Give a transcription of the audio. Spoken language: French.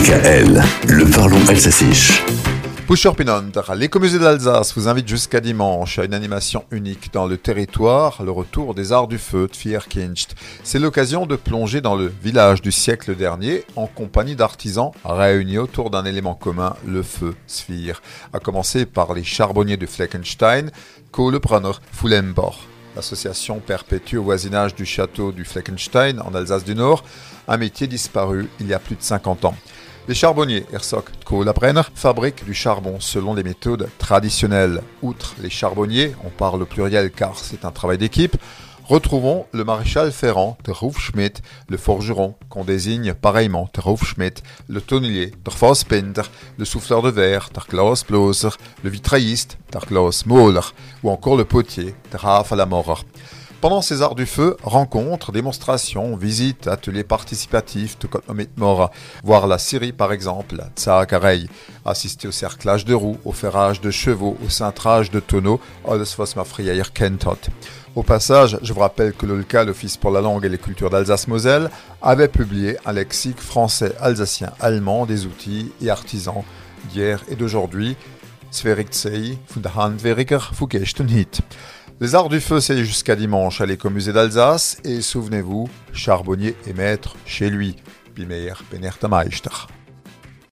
DKL, le parlons alsacisch. Pusher Pinonter, l'écomusée d'Alsace vous invite jusqu'à dimanche à une animation unique dans le territoire, le retour des arts du feu de Vierkinst. C'est l'occasion de plonger dans le village du siècle dernier en compagnie d'artisans réunis autour d'un élément commun, le feu Sphir. À commencer par les charbonniers de Fleckenstein, Kohlebrenner Fulembach. L'association perpétue au voisinage du château du Fleckenstein en Alsace du Nord un métier disparu il y a plus de 50 ans. Les charbonniers Herzog Kohlebrenner fabriquent du charbon selon les méthodes traditionnelles. Outre les charbonniers, on parle au pluriel car c'est un travail d'équipe, retrouvons le maréchal ferrant de Rufschmidt, le forgeron qu'on désigne pareillement de Rufschmidt, le tonnelier de Fassbinder, le souffleur de verre de Klaus Bloser, le vitrailliste de Klaus Mohler ou encore le potier de Raphaël Amorer. Pendant ces arts du feu, rencontres, démonstrations, visites, ateliers participatifs, tout comme Mora, voir la scierie par exemple, Tsaakarei, assister au cerclage de roues, au ferrage de chevaux, au cintrage de tonneaux, alles was ma frier kennt hat. Au passage, je vous rappelle que l'OLCA, l'Office pour la langue et les cultures d'Alsace-Moselle, avait publié un lexique français, alsacien, allemand des outils et artisans d'hier et d'aujourd'hui, Sverigzei, von der Handwerker, von gestern hit. Les arts du feu, c'est jusqu'à dimanche à l'écomusée d'Alsace et souvenez-vous, charbonnier et maître chez lui. Bimeyer Benerter Meister.